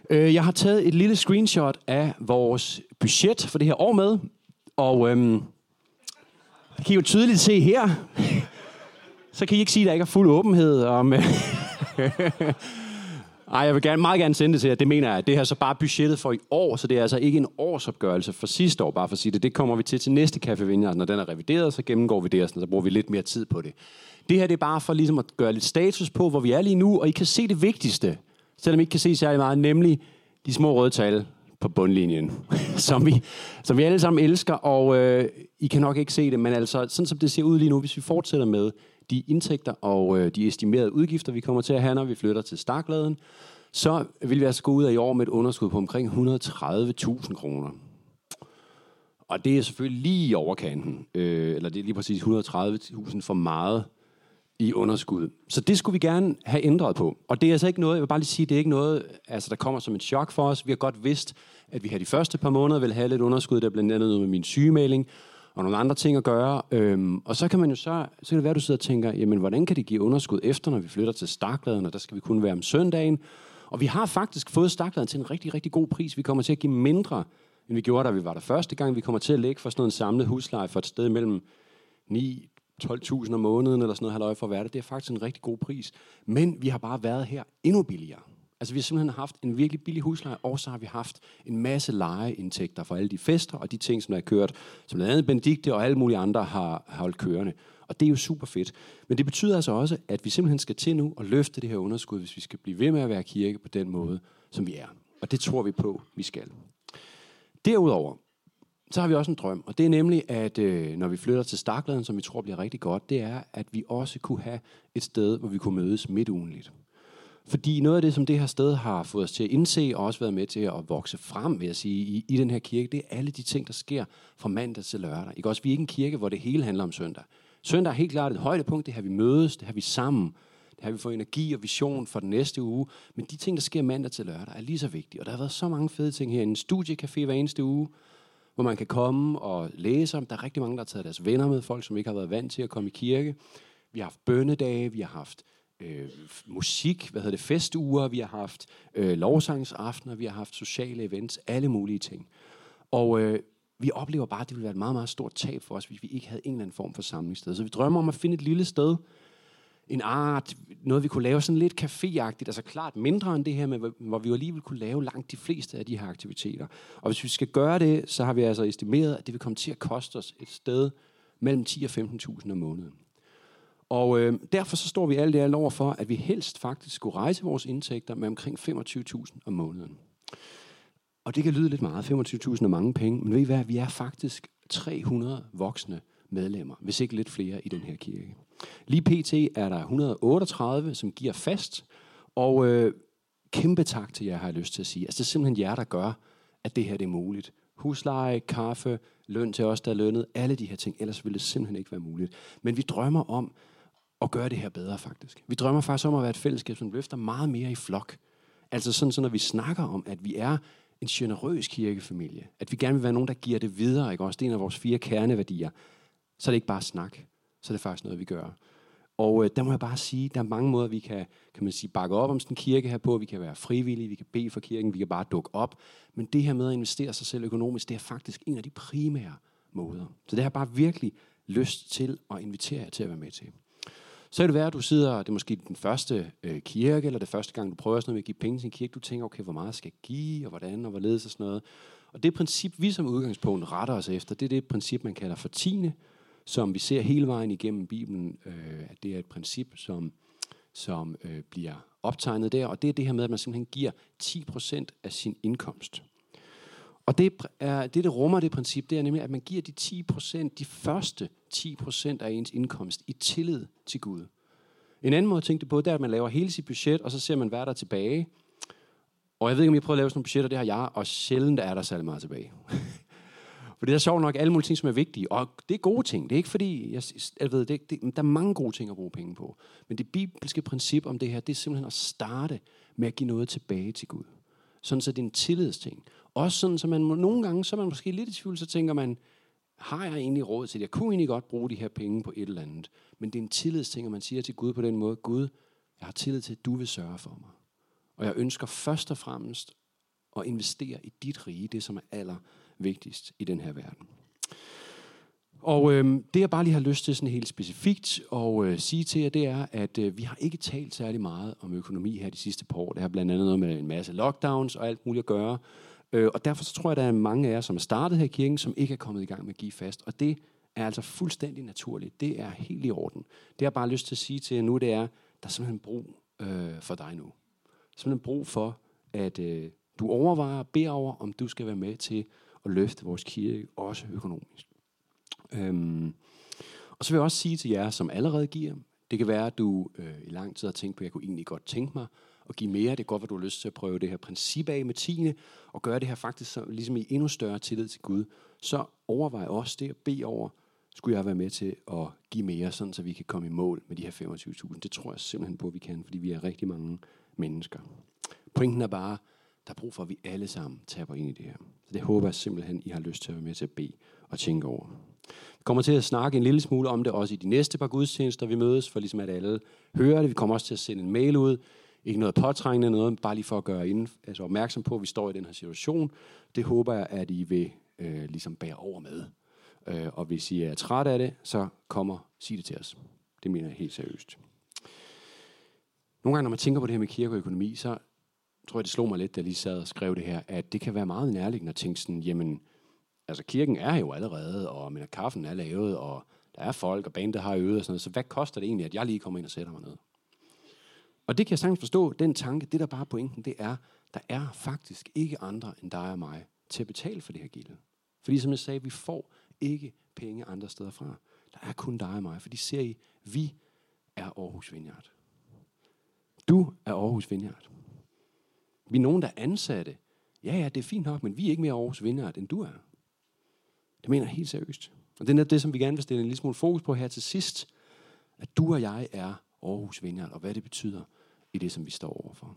Jeg har taget et lille screenshot af vores budget for det her år med, og det kan I jo tydeligt se her. Så kan I ikke sige, at der ikke er fuld åbenhed om... Ej, jeg vil meget gerne sende det til jer. Det mener jeg. Det her er så bare budgettet for i år, så det er altså ikke en årsopgørelse for sidste år, bare for at sige det. Det kommer vi til næste Café Vineyard. Når den er revideret, så gennemgår vi det, og så bruger vi lidt mere tid på det. Det her det er bare for ligesom at gøre lidt status på, hvor vi er lige nu, og I kan se det vigtigste, selvom I ikke kan se særlig meget, nemlig de små røde tal på bundlinjen, som vi alle sammen elsker, og I kan nok ikke se det, men altså, sådan som det ser ud lige nu, hvis vi fortsætter med de indtægter og de estimerede udgifter, vi kommer til at have, når vi flytter til Stakladen, så vil vi altså gå ud af i år med et underskud på omkring 130.000 kroner. Og det er selvfølgelig lige i overkanten, eller det er lige præcis 130.000 for meget i underskud. Så det skulle vi gerne have ændret på. Og det er altså ikke noget, jeg vil bare lige sige, det er ikke noget, altså der kommer som et chok for os. Vi har godt vidst, at vi her de første par måneder vil have lidt underskud, der blandt andet noget med min sygemelding, og nogle andre ting at gøre. Og så kan man jo så kan det være, du sidder og tænker, jamen hvordan kan det give underskud efter, når vi flytter til Stakladen, og der skal vi kun være om søndagen. Og vi har faktisk fået Stakladen til en rigtig, rigtig god pris. Vi kommer til at give mindre, end vi gjorde, da vi var der første gang. Vi kommer til at lægge for sådan noget en samlet husleje for et sted mellem 9-12.000 om måneden, eller sådan noget halvøje for at være det. Det er faktisk en rigtig god pris. Men vi har bare været her endnu billigere. Altså vi har simpelthen haft en virkelig billig husleje, og så har vi haft en masse lejeindtægter for alle de fester, og de ting, som der er kørt, som blandt andet Benedikte og alle mulige andre har holdt kørende. Og det er jo super fedt. Men det betyder altså også, at vi simpelthen skal til nu og løfte det her underskud, hvis vi skal blive ved med at være kirke på den måde, som vi er. Og det tror vi på, vi skal. Derudover, så har vi også en drøm, og det er nemlig, at når vi flytter til Stakladen, som vi tror bliver rigtig godt, det er, at vi også kunne have et sted, hvor vi kunne mødes midtugenligt. Fordi noget af det, som det her sted har fået os til at indse, og også været med til at vokse frem, vil jeg sige, i den her kirke, det er alle de ting, der sker fra mandag til lørdag. Ikke også? Vi er ikke en kirke, hvor det hele handler om søndag. Søndag er helt klart et højdepunkt, det her vi mødes, det her vi sammen, det her vi får energi og vision for den næste uge. Men de ting, der sker mandag til lørdag, er lige så vigtige. Og der har været så mange fede ting her. En studiecafé hver eneste uge, hvor man kan komme og læse om. Der er rigtig mange, der har taget deres venner med, folk, som ikke har været vant til at komme i kirke. Vi har haft bønnedage, vi har haft musik, festuger, vi har haft lovsangsaftener, vi har haft sociale events, alle mulige ting. Og vi oplever bare, at det ville være et meget, meget stort tab for os, hvis vi ikke havde en eller anden form for samlingssted. Så vi drømmer om at finde et lille sted, en art, noget vi kunne lave sådan lidt caféagtigt, altså klart mindre end det her, men hvor vi jo alligevel kunne lave langt de fleste af de her aktiviteter. Og hvis vi skal gøre det, så har vi altså estimeret, at det vil komme til at koste os et sted mellem 10 og 15.000 om måneden. Og derfor så står vi alt i alt over for, at vi helst faktisk skulle rejse vores indtægter med omkring 25.000 om måneden. Og det kan lyde lidt meget, 25.000 er mange penge, men ved I hvad, vi er faktisk 300 voksne medlemmer, hvis ikke lidt flere i den her kirke. Lige pt. Er der 138, som giver fast, og kæmpe tak til jer, har jeg lyst til at sige. Altså det er simpelthen jer, der gør, at det her det er muligt. Husleje, kaffe, løn til os, der er lønnet, alle de her ting, ellers ville det simpelthen ikke være muligt. Men vi drømmer om at gøre det her bedre faktisk. Vi drømmer faktisk om at være et fællesskab, som løfter meget mere i flok. Altså sådan, så når vi snakker om, at vi er en generøs kirkefamilie, at vi gerne vil være nogen, der giver det videre, ikke også? Det er en af vores 4 kerneværdier. Så er det ikke bare snak, så er det faktisk noget, vi gør. Og der må jeg bare sige, der er mange måder, vi kan man sige, bakke op om sådan en kirke her på. Vi kan være frivillige, vi kan bede for kirken, vi kan bare dukke op. Men det her med at investere sig selv økonomisk, det er faktisk en af de primære måder. Så det har jeg bare virkelig lyst til at invitere jer til at være med til. Så kan det være, at du sidder, det er måske den første kirke, eller det første gang, du prøver sådan noget med at give penge til en kirke. Du tænker, okay, hvor meget skal jeg give, og hvordan, og hvorledes og sådan noget. Og det princip, vi som udgangspunkt retter os efter, det er det princip, man kalder for tiende, som vi ser hele vejen igennem Bibelen, at det er et princip, som bliver optegnet der, og det er det her med, at man simpelthen giver 10% af sin indkomst. Og det rummer det princip, det er nemlig, at man giver de 10%, de første 10% af ens indkomst i tillid til Gud. En anden måde at tænke det på, det er, at man laver hele sit budget, og så ser man, hvad der er tilbage. Og jeg ved ikke, om I prøver at lave sådan nogle budgetter, det har jeg, og sjældent er der særlig meget tilbage. For det er sjovt nok alle mulige ting, som er vigtige, og det er gode ting. Det er ikke fordi, jeg ved, der er mange gode ting at bruge penge på. Men det bibelske princip om det her, det er simpelthen at starte med at give noget tilbage til Gud. Sådan så det er en tillidsting. Også sådan, så man nogle gange, så er man måske lidt i tvivl, så tænker man, har jeg egentlig råd til det? Jeg kunne egentlig godt bruge de her penge på et eller andet. Men det er en tillidsting, og man siger til Gud på den måde, Gud, jeg har tillid til, at du vil sørge for mig. Og jeg ønsker først og fremmest og investere i dit rige, det som er allervigtigst i den her verden. Og det jeg bare lige har lyst til sådan helt specifikt at sige til jer, det er, at vi har ikke talt særlig meget om økonomi her de sidste par år. Det har blandt andet noget med en masse lockdowns og alt muligt at gøre. Og derfor så tror jeg, at der er mange af jer, som er startet her i kirken, som ikke er kommet i gang med at give fast. Og det er altså fuldstændig naturligt. Det er helt i orden. Det jeg har bare lyst til at sige til jer nu, det er, der er simpelthen brug for dig nu. Der er simpelthen brug for, at du overvejer og beder over, om du skal være med til at løfte vores kirke, også økonomisk. Og så vil jeg også sige til jer, som allerede giver, det kan være, at du i lang tid har tænkt på, at jeg kunne egentlig godt tænke mig at give mere. Det kan godt være, at du har lyst til at prøve det her princip af med 10. og gøre det her faktisk ligesom i endnu større tillid til Gud. Så overvej også det at bede over, skulle jeg være med til at give mere, sådan så vi kan komme i mål med de her 25.000. Det tror jeg simpelthen på, at vi kan, fordi vi er rigtig mange mennesker. Pointen er bare, der er brug for, at vi alle sammen taber ind i det her. Så det håber jeg simpelthen, I har lyst til at være med til at bede og tænke over. Vi kommer til at snakke en lille smule om det også i de næste par gudstjenester, vi mødes, for ligesom at alle hører det. Vi kommer også til at sende en mail ud. Ikke noget påtrængende, noget, bare lige for at gøre opmærksom på, at vi står i den her situation. Det håber jeg, at I vil ligesom bære over med. Og hvis I er træt af det, så sig det til os. Det mener jeg helt seriøst. Nogle gange, når man tænker på det her med kirke og økonomi, så tror jeg, det slog mig lidt, da jeg lige sad og skrev det her, at det kan være meget nærliggende at tænke sådan, jamen, altså kirken er jo allerede, og kaffen er lavet, og der er folk, og bandet har øvet og sådan noget, så hvad koster det egentlig, at jeg lige kommer ind og sætter mig ned? Og det kan jeg sagtens forstå, den tanke, det der bare er pointen, det er, der er faktisk ikke andre end dig og mig til at betale for det her gilde. Fordi som jeg sagde, vi får ikke penge andre steder fra. Der er kun dig og mig, fordi ser I, vi er Aarhus Vineyard. Du er Aarhus Vineyard. Vi er nogen, der er ansatte. Ja, det er fint nok, men vi er ikke mere Aarhus Vineyard, end du er. Det mener jeg helt seriøst. Og det er det, som vi gerne vil stille en lille smule fokus på her til sidst. At du og jeg er Aarhus Vineyard, og hvad det betyder i det, som vi står overfor.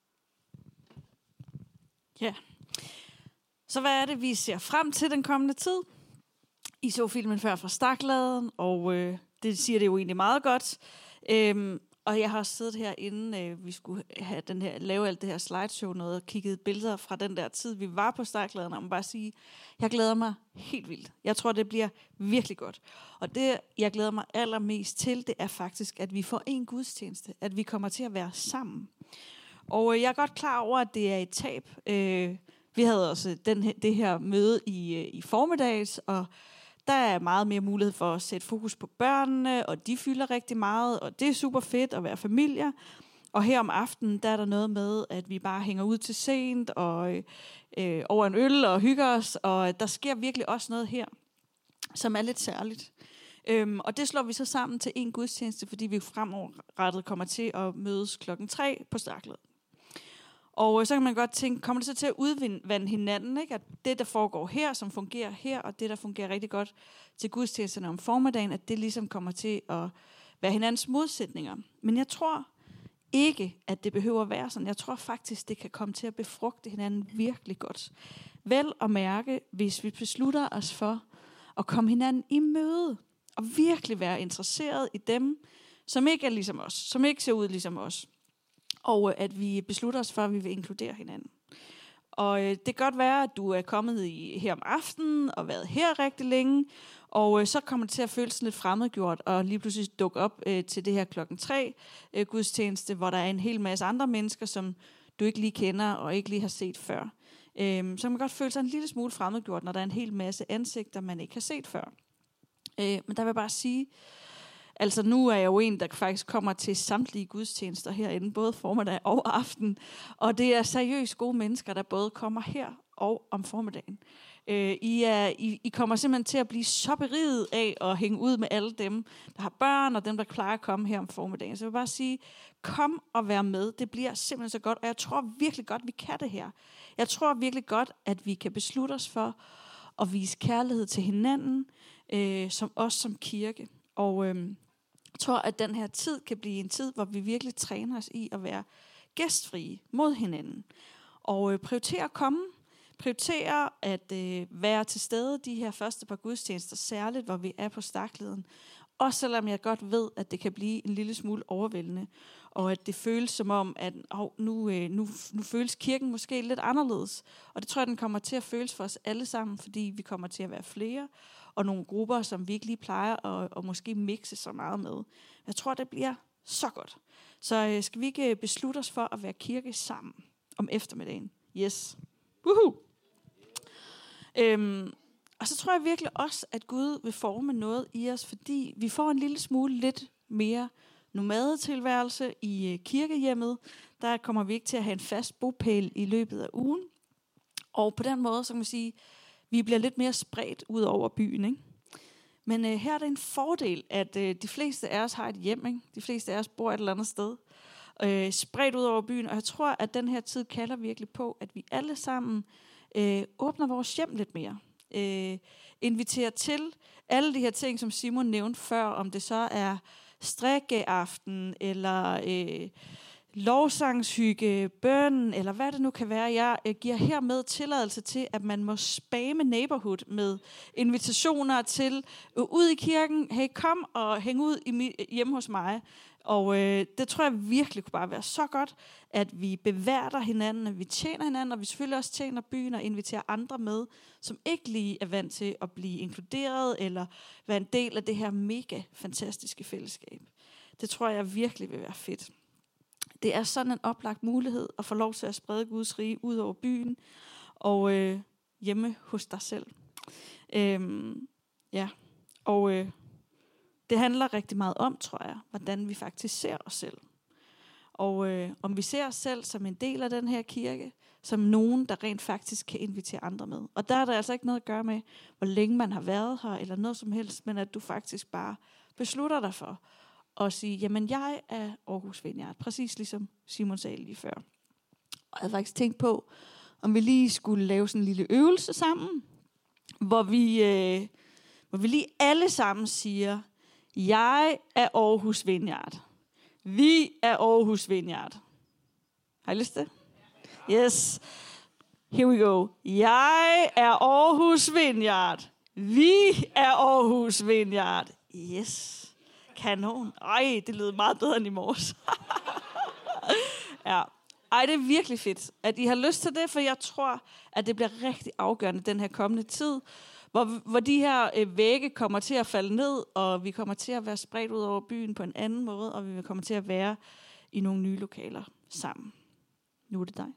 Ja. Så hvad er det, vi ser frem til den kommende tid? I så filmen før fra Stakladen, og det siger det jo egentlig meget godt. Og jeg har også siddet her, inden vi skulle lave alt det her slideshow, noget, og kigget billeder fra den der tid, vi var på Stakladen, og man bare sige, jeg glæder mig helt vildt. Jeg tror, det bliver virkelig godt. Og det, jeg glæder mig allermest til, det er faktisk, at vi får en gudstjeneste, at vi kommer til at være sammen. Og jeg er godt klar over, at det er et tab. Vi havde også det her møde i formiddags, og der er meget mere mulighed for at sætte fokus på børnene, og de fylder rigtig meget, og det er super fedt at være familier. Og her om aftenen, der er der noget med, at vi bare hænger ud til sent, og over en øl og hygger os, og der sker virkelig også noget her, som er lidt særligt. Og det slår vi så sammen til en gudstjeneste, fordi vi fremadrettet kommer til at mødes 3:00 på Stakladen. Og så kan man godt tænke, kommer det så til at udvande hinanden, ikke? At det, der foregår her, som fungerer her, og det, der fungerer rigtig godt til gudstjenesterne om formiddagen, at det ligesom kommer til at være hinandens modsætninger. Men jeg tror ikke, at det behøver at være sådan. Jeg tror faktisk, det kan komme til at befrugte hinanden virkelig godt. Vel at mærke, hvis vi beslutter os for at komme hinanden i møde, og virkelig være interesseret i dem, som ikke er ligesom os, som ikke ser ud ligesom os. Og at vi beslutter os for, at vi vil inkludere hinanden. Og det kan godt være, at du er kommet her om aftenen og været her rigtig længe, og så kommer det til at føles lidt fremmedgjort, og lige pludselig dukke op til det her 3:00 gudstjeneste, hvor der er en hel masse andre mennesker, som du ikke lige kender og ikke lige har set før. Så kan man godt føle sig en lille smule fremmedgjort, når der er en hel masse ansigter, man ikke har set før. Men der vil jeg bare sige, altså nu er jeg jo en, der faktisk kommer til samtlige gudstjenester herinde, både formiddag og aften. Og det er seriøst gode mennesker, der både kommer her og om formiddagen. I kommer simpelthen til at blive så beriget af at hænge ud med alle dem, der har børn, og dem, der plejer at komme her om formiddagen. Så jeg vil bare sige, kom og vær med. Det bliver simpelthen så godt, og jeg tror virkelig godt, vi kan det her. Jeg tror virkelig godt, at vi kan beslutte os for at vise kærlighed til hinanden, som os som kirke. Og jeg tror, at den her tid kan blive en tid, hvor vi virkelig træner os i at være gæstfrie mod hinanden. Og prioritere at komme. Prioritere at være til stede de her første par gudstjenester, særligt hvor vi er på Stakladen. Også selvom jeg godt ved, at det kan blive en lille smule overvældende. og at det føles som om, at nu føles kirken måske lidt anderledes. Og det tror jeg, den kommer til at føles for os alle sammen, fordi vi kommer til at være flere, og nogle grupper, som vi ikke lige plejer at måske mixe så meget med. Jeg tror, det bliver så godt. Så skal vi ikke beslutte os for at være kirke sammen om eftermiddagen? Yes. Woohoo! Og så tror jeg virkelig også, at Gud vil forme noget i os, fordi vi får en lille smule lidt mere nomadetilværelse i kirkehjemmet. Der kommer vi ikke til at have en fast bopæl i løbet af ugen. Og på den måde, så kan man sige, vi bliver lidt mere spredt ud over byen, ikke? Men her er det en fordel, at de fleste af os har et hjem, ikke? De fleste af os bor et eller andet sted, spredt ud over byen. Og jeg tror, at den her tid kalder virkelig på, at vi alle sammen åbner vores hjem lidt mere. Inviterer til alle de her ting, som Simon nævnte før, om det så er strikkeaften, eller lovsangshygge, bøn, eller hvad det nu kan være. Jeg giver hermed tilladelse til, at man må spamme Neighborhood med invitationer til ud i kirken. Hey, kom og hæng ud hjemme hos mig. Og det tror jeg virkelig kunne bare være så godt, at vi beværter hinanden, at vi tjener hinanden, og vi selvfølgelig også tjener byen og inviterer andre med, som ikke lige er vant til at blive inkluderet, eller være en del af det her mega fantastiske fællesskab. Det tror jeg virkelig vil være fedt. Det er sådan en oplagt mulighed at få lov til at sprede Guds rige ud over byen, og hjemme hos dig selv. Det handler rigtig meget om, tror jeg, hvordan vi faktisk ser os selv. Og om vi ser os selv som en del af den her kirke, som nogen, der rent faktisk kan invitere andre med. Og der er der altså ikke noget at gøre med, hvor længe man har været her, eller noget som helst, men at du faktisk bare beslutter dig for at sige, jamen jeg er Aarhus Vineyard, præcis ligesom Simon sagde lige før. Og jeg havde faktisk tænkt på, om vi lige skulle lave sådan en lille øvelse sammen, hvor vi lige alle sammen siger, jeg er Aarhus Vineyard. Vi er Aarhus Vineyard. Har I lyst til det? Yes. Here we go. Jeg er Aarhus Vineyard. Vi er Aarhus Vineyard. Yes. Kanon. Ej, det lød meget bedre end i morges. Ja. Ej, det er virkelig fedt, at I har lyst til det, for jeg tror, at det bliver rigtig afgørende den her kommende tid, hvor de her vægge kommer til at falde ned, og vi kommer til at være spredt ud over byen på en anden måde, og vi kommer til at være i nogle nye lokaler sammen. Nu er det dig.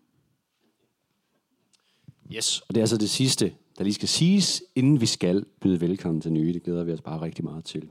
Yes, og det er altså det sidste, der lige skal siges, inden vi skal byde velkommen til nye. Det glæder vi os bare rigtig meget til.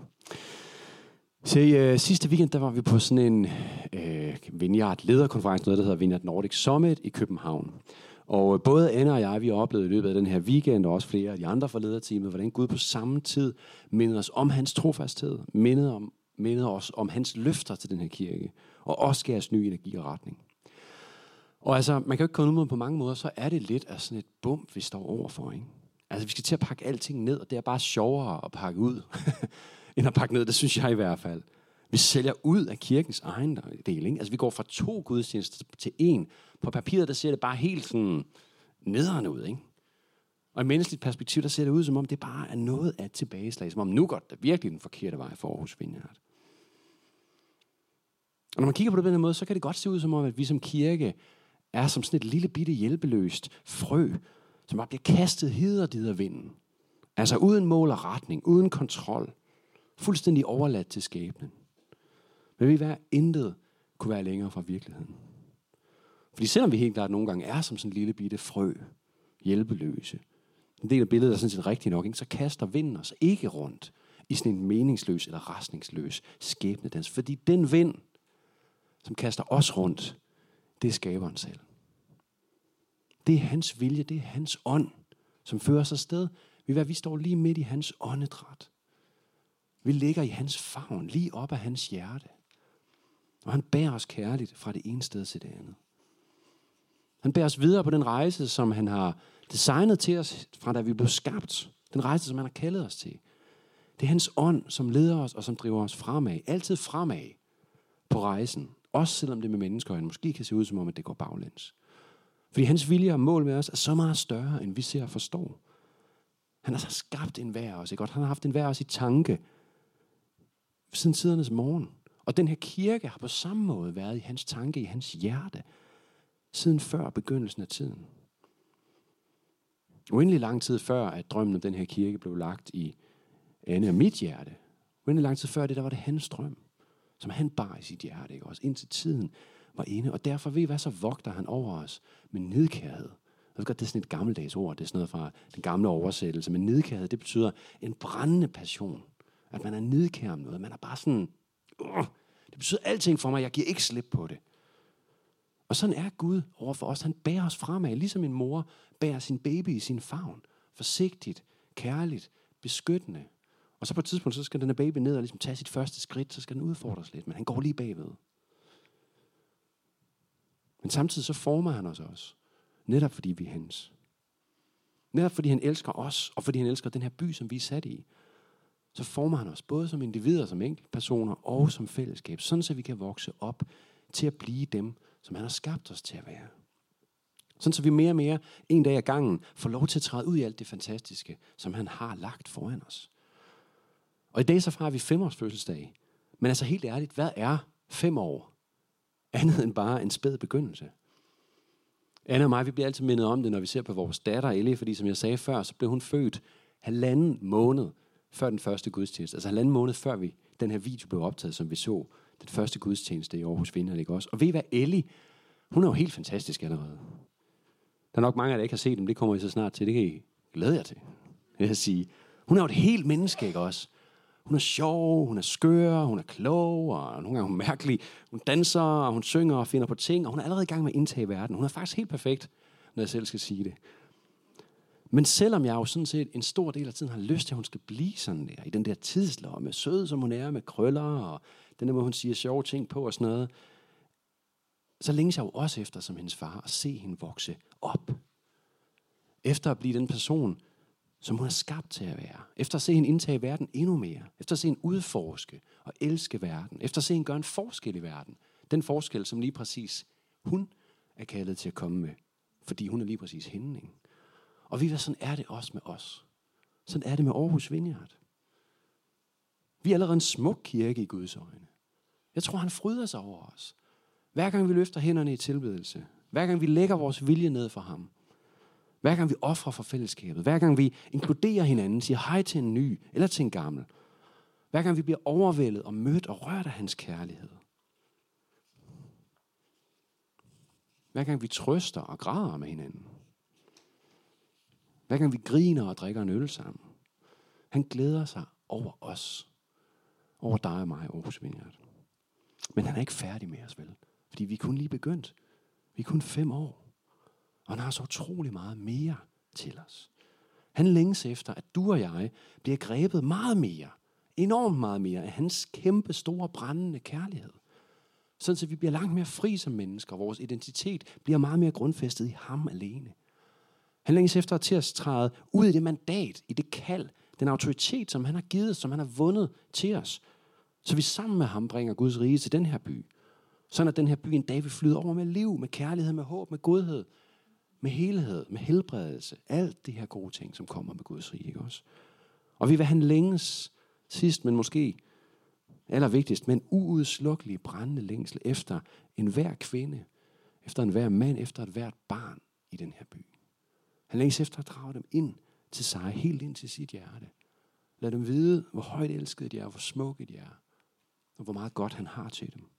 Så sidste weekend, der var vi på sådan en Vineyard-lederkonference, noget der hedder Vineyard Nordic Summit i København. Og både Anna og jeg, vi har oplevet i løbet af den her weekend, og også flere af de andre fra lederteamet, hvordan Gud på samme tid mindede os om hans trofasthed, mindede os om hans løfter til den her kirke, og også gav os ny energi og retning. Og altså, man kan jo ikke komme ud på mange måder, så er det lidt af sådan et bump, vi står overfor, ikke? Altså, vi skal til at pakke alting ned, og det er bare sjovere at pakke ud, end at pakke ned, det synes jeg i hvert fald. Vi sælger ud af kirkens egen del, ikke? Altså, vi går fra 2 gudstjenester til 1. På papiret, der ser det bare helt sådan nederen ud, ikke? Og i menneskeligt perspektiv, der ser det ud, som om det bare er noget af et tilbageslag, som om nu går det virkelig den forkerte vej for Aarhus Vineyard. Og når man kigger på det på den måde, så kan det godt se ud som om, at vi som kirke er som sådan et lille bitte hjælpeløst frø, som bare bliver kastet hed og dit af vinden. Altså uden mål og retning, uden kontrol. Fuldstændig overladt til skæbnen. Men vi være intet kunne være længere fra virkeligheden. Fordi selvom vi helt klart nogle gange er som sådan en lille bitte frø, hjælpeløse, en del af billedet er sådan set rigtigt nok, ikke? Så kaster vinden os ikke rundt i sådan en meningsløs eller restningsløs skæbnedans. Fordi den vind, som kaster os rundt, det er skaberen selv. Det er hans vilje, det er hans ånd, som fører os afsted. Vi står lige midt i hans åndedræt. Vi ligger i hans favn, lige op af hans hjerte. Og han bærer os kærligt fra det ene sted til det andet. Han bærer os videre på den rejse, som han har designet til os, fra da vi blev skabt. Den rejse, som han har kaldet os til. Det er hans ånd, som leder os og som driver os fremad. Altid fremad på rejsen. Også selvom det med menneskeøjne måske kan se ud som om, at det går baglæns. Fordi hans vilje og mål med os er så meget større, end vi ser og forstår. Han har så skabt en hver os, ikke? Han har haft en hver os i tanke siden tidernes morgen. Og den her kirke har på samme måde været i hans tanke, i hans hjerte, siden før begyndelsen af tiden. Uendelig lang tid før, at drømmen om den her kirke blev lagt i Anne og mit hjerte. Uendelig lang tid før det, der var det hans drøm, som han bar i sit hjerte, ikke også? Indtil tiden var inde. Og derfor ved I hvad, så vogter han over os med nidkærhed. Jeg ved godt, det er sådan et gammeldags ord, det er sådan noget fra den gamle oversættelse. Men nidkærhed, det betyder en brændende passion. At man er nidkær om noget. Man er bare sådan, det betyder alting for mig, jeg giver ikke slip på det. Og sådan er Gud over for os. Han bærer os fremad, ligesom en mor bærer sin baby i sin favn. Forsigtigt, kærligt, beskyttende. Og så på et tidspunkt, så skal den her baby ned og ligesom tage sit første skridt, så skal den udfordres lidt, men han går lige bagved. Men samtidig så former han os også. Netop fordi vi er hans. Netop fordi han elsker os, og fordi han elsker den her by, som vi er sat i. Så former han os både som individer, som enkeltpersoner og som fællesskab. Sådan så vi kan vokse op til at blive dem, som han har skabt os til at være. Sådan så vi mere og mere en dag ad gangen får lov til at træde ud i alt det fantastiske, som han har lagt foran os. Og i dag så fejrer vi 5-års fødselsdag. Men altså helt ærligt, hvad er 5 år? Andet end bare en spæd begyndelse. Anna og mig, vi bliver altid mindet om det, når vi ser på vores datter Ellie, fordi som jeg sagde før, så blev hun født 1,5 måned før den første gudstjeneste. Altså 1,5 måned før den her video blev optaget, som vi så den første gudstjeneste i Aarhus Vineyard, ikke også? Og ved I hvad, Ellie, hun er jo helt fantastisk allerede. Der er nok mange af jer, der ikke har set dem, det kommer I så snart til, det kan I glæde jer til. Det vil sige, hun er jo et helt menneske, ikke også? Hun er sjov, hun er skør, hun er klog, og nogle gange hun er mærkelig. Hun danser, og hun synger og finder på ting, og hun er allerede i gang med at indtage verden. Hun er faktisk helt perfekt, når jeg selv skal sige det. Men selvom jeg jo sådan set en stor del af tiden har lyst til, at hun skal blive sådan der, i den der tidslomme, sød som hun er, med krøller, og den der måde, hun siger sjove ting på og sådan noget, så længes jeg jo også efter, som hendes far, at se hende vokse op. Efter at blive den person, som hun er skabt til at være. Efter at se hende indtage verden endnu mere. Efter at se hende udforske og elske verden. Efter at se hende gøre en forskel i verden. Den forskel, som lige præcis hun er kaldet til at komme med. Fordi hun er lige præcis hende. Ikke? Og vi ved, sådan er det også med os. Sådan er det med Aarhus Vineyard. Vi er allerede en smuk kirke i Guds øjne. Jeg tror, han fryder sig over os. Hver gang vi løfter hænderne i tilbedelse. Hver gang vi lægger vores vilje ned for ham. Hver gang vi ofrer for fællesskabet. Hver gang vi inkluderer hinanden, siger hej til en ny eller til en gammel. Hver gang vi bliver overvældet og mødt og rørt af hans kærlighed. Hver gang vi trøster og græder med hinanden. Hver gang vi griner og drikker en øl sammen. Han glæder sig over os. Over dig og mig, Aarhus Vineyard. Men han er ikke færdig med os, vel? Fordi vi er kun lige begyndt. Vi er kun 5 år. Og han har så utrolig meget mere til os. Han længes efter, at du og jeg bliver grebet meget mere, enormt meget mere af hans kæmpe store brændende kærlighed. Sådan så vi bliver langt mere fri som mennesker. Vores identitet bliver meget mere grundfæstet i ham alene. Han længes efter til at træde ud i det mandat, i det kald, den autoritet, som han har givet, som han har vundet til os. Så vi sammen med ham bringer Guds rige til den her by. Sådan at den her by en dag vil flyde over med liv, med kærlighed, med håb, med godhed, med helhed, med helbredelse. Alt det her gode ting, som kommer med Guds rige, ikke også? Og vi vil have længes sidst, men måske allervigtigst, men uudslukkelig brændende længsel efter enhver kvinde, efter enhver mand, efter et hvert barn i den her by. Han længes efter at drage dem ind til sig, helt ind til sit hjerte. Lad dem vide, hvor højt elsket de er, hvor smukke de er, og hvor meget godt han har til dem.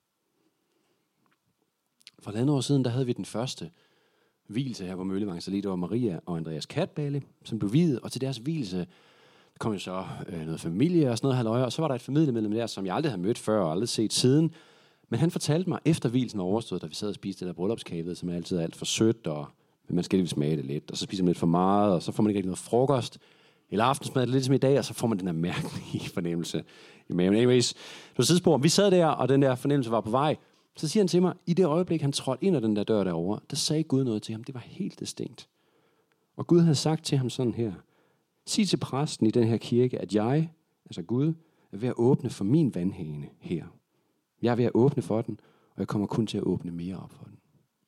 For 1,5 år siden, der havde vi den første vielse her på Møllevang, så lige det var Maria og Andreas Katballe, som blev viet, og til deres vielse, der kom jo så noget familie og sådan noget halløj, og så var der et familiemedlem der, som jeg aldrig havde mødt før og aldrig set siden. Men han fortalte mig, efter vielsen var overstået, da vi sad og spiste det der bryllupskage, som er altid alt for sødt, og man skal lige smage det lidt, og så spiser man lidt for meget, og så får man ikke rigtig noget frokost, eller aftensmad, lidt som i dag, og så får man den her mærkelige fornemmelse i maven. Anyways, det var tidspunkt, vi sad der, og den der fornemmelse var på vej. Så siger han til mig, i det øjeblik, han trådte ind ad den der dør derovre, der sagde Gud noget til ham. Det var helt distinkt. Og Gud havde sagt til ham sådan her: sig til præsten i den her kirke, at jeg, altså Gud, er ved at åbne for min vandhane her. Jeg er ved at åbne for den, og jeg kommer kun til at åbne mere op for den.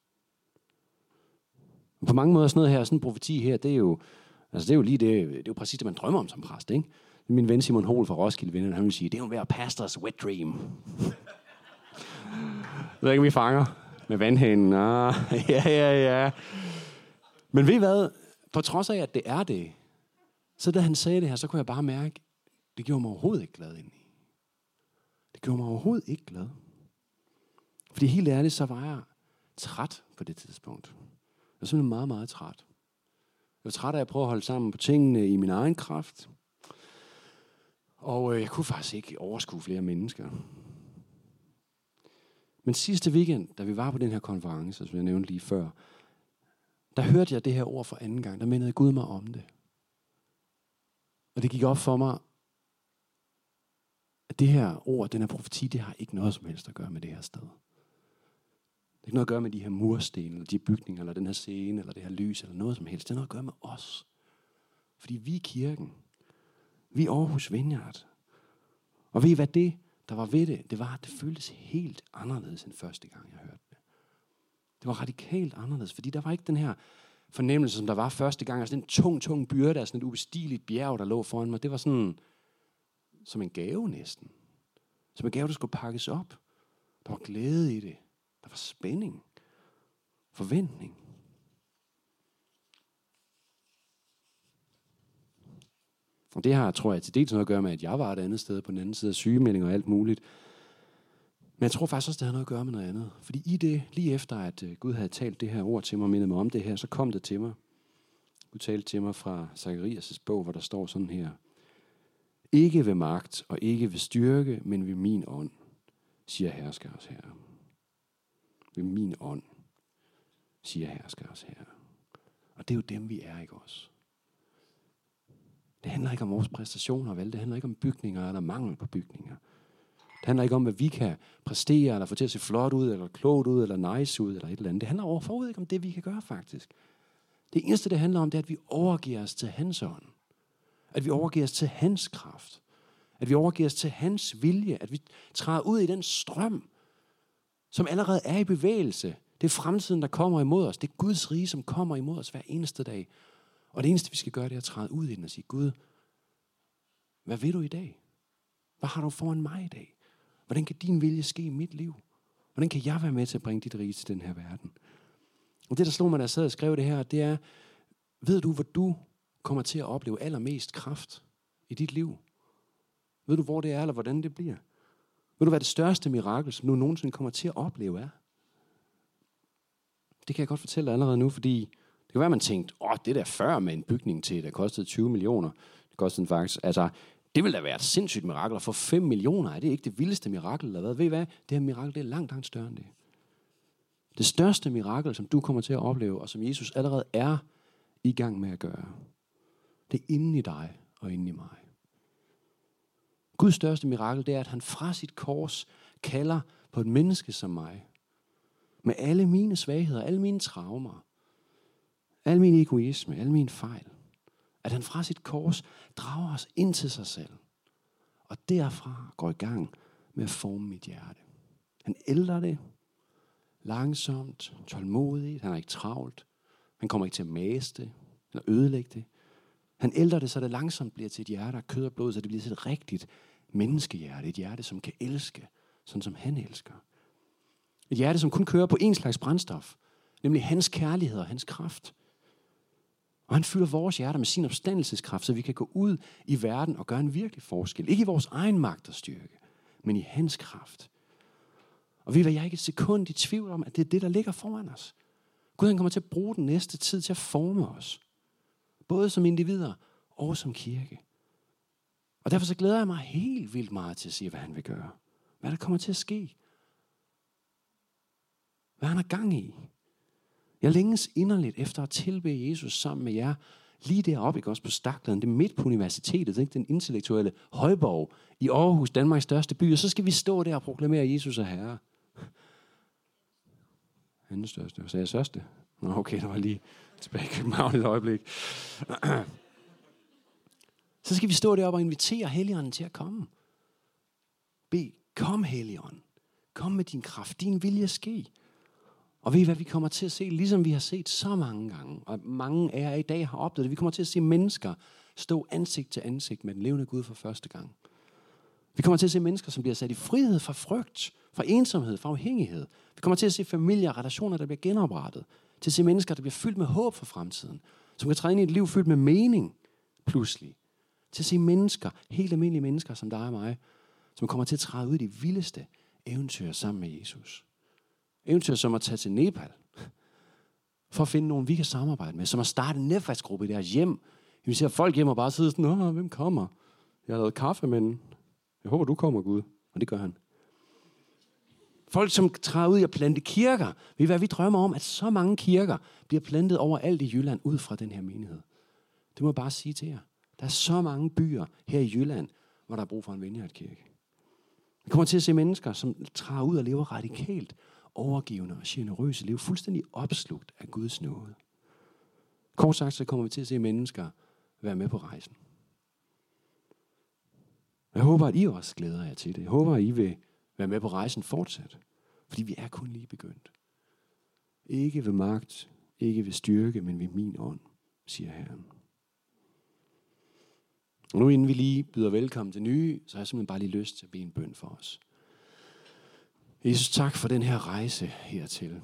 Og på mange måder sådan noget her, sådan en profeti her, det er jo lige det, det er jo præcis det, man drømmer om som præst, ikke? Min ven Simon Hol fra Roskilde Vineyard, han vil sige, det er jo ved at pastors wet dream. ved ikke, om vi fanger med vandhanen. Ja. Men ved I hvad? På trods af, at det er det, så da han sagde det her, så kunne jeg bare mærke, det gjorde mig overhovedet ikke glad indeni. Det gjorde mig overhovedet ikke glad. Fordi helt ærligt, så var jeg træt på det tidspunkt. Jeg var simpelthen meget, meget træt. Jeg var træt af at prøve at holde sammen på tingene i min egen kraft. Og jeg kunne faktisk ikke overskue flere mennesker. Men sidste weekend, da vi var på den her konference, som jeg nævnte lige før, der hørte jeg det her ord for anden gang. Der mindede Gud mig om det. Og det gik op for mig, at det her ord, den her profeti, det har ikke noget som helst at gøre med det her sted. Det har ikke noget at gøre med de her mursten, eller de bygninger, eller den her scene, eller det her lys, eller noget som helst. Det har noget at gøre med os. Fordi vi er kirken. Vi er Aarhus Vineyard. Og ved I hvad det, der var ved det? Det var, at det føltes helt anderledes end første gang, jeg hørte det. Det var radikalt anderledes, fordi der var ikke den her fornemmelse, som der var første gang. Altså den tung byrde af sådan et ubestigeligt bjerg, der lå foran mig. Det var sådan som en gave næsten. Som en gave, der skulle pakkes op. Der var glæde i det. Der var spænding. Forventning. Og det har, tror jeg, til dels noget at gøre med, at jeg var et andet sted på den anden side af sygemelding og alt muligt. Men jeg tror faktisk også, det har noget at gøre med noget andet. Fordi i det, lige efter at Gud havde talt det her ord til mig og mindet mig om det her, så kom det til mig. Gud talte til mig fra Zacharias' bog, hvor der står sådan her. Ikke ved magt og ikke ved styrke, men ved min ånd, siger herskers herre. Ved min ånd, siger herskers herre. Og det er jo dem, vi er, ikke også? Det handler ikke om vores præstationer, vel? Det handler ikke om bygninger eller mangel på bygninger. Det handler ikke om, hvad vi kan præstere, eller få til at se flot ud, eller klogt ud, eller nice ud, eller et eller andet. Det handler overhovedet ikke om det, vi kan gøre, faktisk. Det eneste, det handler om, det er, at vi overgiver os til hans ånd. At vi overgiver os til hans kraft. At vi overgiver os til hans vilje. At vi træder ud i den strøm, som allerede er i bevægelse. Det er fremtiden, der kommer imod os. Det er Guds rige, som kommer imod os hver eneste dag. Og det eneste, vi skal gøre, det er at træde ud i den og sige, Gud, hvad vil du i dag? Hvad har du foran mig i dag? Hvordan kan din vilje ske i mit liv? Hvordan kan jeg være med til at bringe dit rige til den her verden? Og det, der slog mig, da jeg sad og skrev det her, det er, ved du, hvor du kommer til at opleve allermest kraft i dit liv? Ved du, hvor det er, eller hvordan det bliver? Ved du, hvad det største mirakel, som du nogensinde kommer til at opleve er? Det kan jeg godt fortælle dig allerede nu, fordi det kan være, at man tænkte, det der før med en bygning til, der kostede 20 millioner. Det kostede faktisk, det ville da være et sindssygt mirakel at få 5 millioner. Er det ikke det vildeste mirakel, der har været? Ved I hvad? Det her mirakel, det er langt, langt større end det. Det største mirakel, som du kommer til at opleve, og som Jesus allerede er i gang med at gøre, det er inde i dig og inde i mig. Guds største mirakel, det er, at han fra sit kors kalder på et menneske som mig, med alle mine svagheder, alle mine traumer, al min egoisme, alle mine fejl. At han fra sit kors drager os ind til sig selv. Og derfra går i gang med at forme mit hjerte. Han ældrer det langsomt, tålmodigt. Han er ikke travlt. Han kommer ikke til at mase det eller ødelægge det. Han ældrer det, så det langsomt bliver til et hjerte af kød og blod, så det bliver til et rigtigt menneskehjerte. Et hjerte, som kan elske, sådan som han elsker. Et hjerte, som kun kører på en slags brændstof, nemlig hans kærlighed og hans kraft. Og han fylder vores hjerter med sin opstandelseskraft, så vi kan gå ud i verden og gøre en virkelig forskel. Ikke i vores egen magt og styrke, men i hans kraft. Og ved I hvad, jeg er ikke et sekund i tvivl om, at det er det, der ligger foran os. Gud han kommer til at bruge den næste tid til at forme os. Både som individer og som kirke. Og derfor så glæder jeg mig helt vildt meget til at se, hvad han vil gøre. Hvad der kommer til at ske. Hvad han har gang i. Jeg længes inderligt efter at tilbede Jesus sammen med jer, lige deroppe, ikke også på Staklen, det er midt på universitetet, ikke? Den intellektuelle højborg i Aarhus, Danmarks største by, og så skal vi stå der og proklamere Jesus er Herre. Anden største, så jeg største. Nå, okay, der var lige tilbage i København et øjeblik. Så skal vi stå deroppe og invitere Helligånden til at komme. Kom Helligånd, kom med din kraft, din vilje ske. Og ved I hvad, vi kommer til at se, ligesom vi har set så mange gange, og mange af jer i dag har oplevet det, vi kommer til at se mennesker stå ansigt til ansigt med den levende Gud for første gang. Vi kommer til at se mennesker, som bliver sat i frihed fra frygt, fra ensomhed, fra afhængighed. Vi kommer til at se familier og relationer, der bliver genoprettet. Til at se mennesker, der bliver fyldt med håb for fremtiden. Som kan træde ind i et liv fyldt med mening, pludselig. Til at se mennesker, helt almindelige mennesker som dig og mig, som kommer til at træde ud i de vildeste eventyr sammen med Jesus. Eventyr som at tage til Nepal, for at finde nogen, vi kan samarbejde med, som at starte en netværksgruppe i deres hjem. Vi ser folk hjem og bare sidde sådan, hvem kommer? Jeg har lavet kaffe, men jeg håber, du kommer, Gud. Og det gør han. Folk, som træder ud i at plante kirker. Vi drømmer om, at så mange kirker bliver plantet overalt i Jylland ud fra den her menighed. Det må jeg bare sige til jer. Der er så mange byer her i Jylland, hvor der er brug for en vineyardkirke. Vi kommer til at se mennesker, som træder ud og lever radikalt, overgivende og generøse liv, fuldstændig opslugt af Guds nåde. Kort sagt, så kommer vi til at se mennesker være med på rejsen. Jeg håber, at I også glæder jer til det. Jeg håber, at I vil være med på rejsen fortsat. Fordi vi er kun lige begyndt. Ikke ved magt, ikke ved styrke, men ved min ånd, siger Herren. Og nu inden vi lige byder velkommen til nye, så har jeg simpelthen bare lige lyst til at bede en bøn for os. Jesus, tak for den her rejse hertil.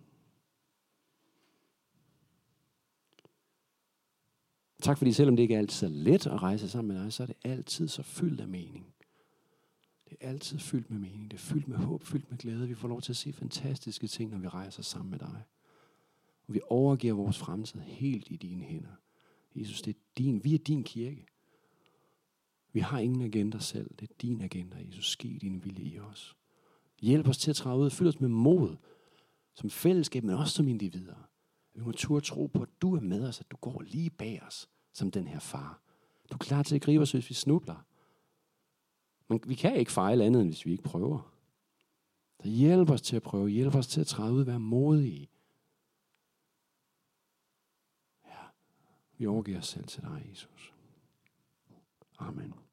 Tak fordi selvom det ikke er altid så let at rejse sammen med dig, så er det altid så fyldt af mening. Det er altid fyldt med mening. Det er fyldt med håb, fyldt med glæde. Vi får lov til at se fantastiske ting, når vi rejser sammen med dig. Og vi overgiver vores fremtid helt i dine hænder. Jesus, vi er din kirke. Vi har ingen agenda selv. Det er din agenda, Jesus. Ske din vilje i os. Hjælp os til at træde ud. Fyld os med mod. Som fællesskab, men også som individer. Vi må turde tro på, at du er med os. At du går lige bag os, som den her far. Du er klar til at gribe os, hvis vi snubler. Men vi kan ikke fejle andet, end hvis vi ikke prøver. Så hjælp os til at prøve. Hjælp os til at træde ud. Være modige. Ja, vi overgiver os selv til dig, Jesus. Amen.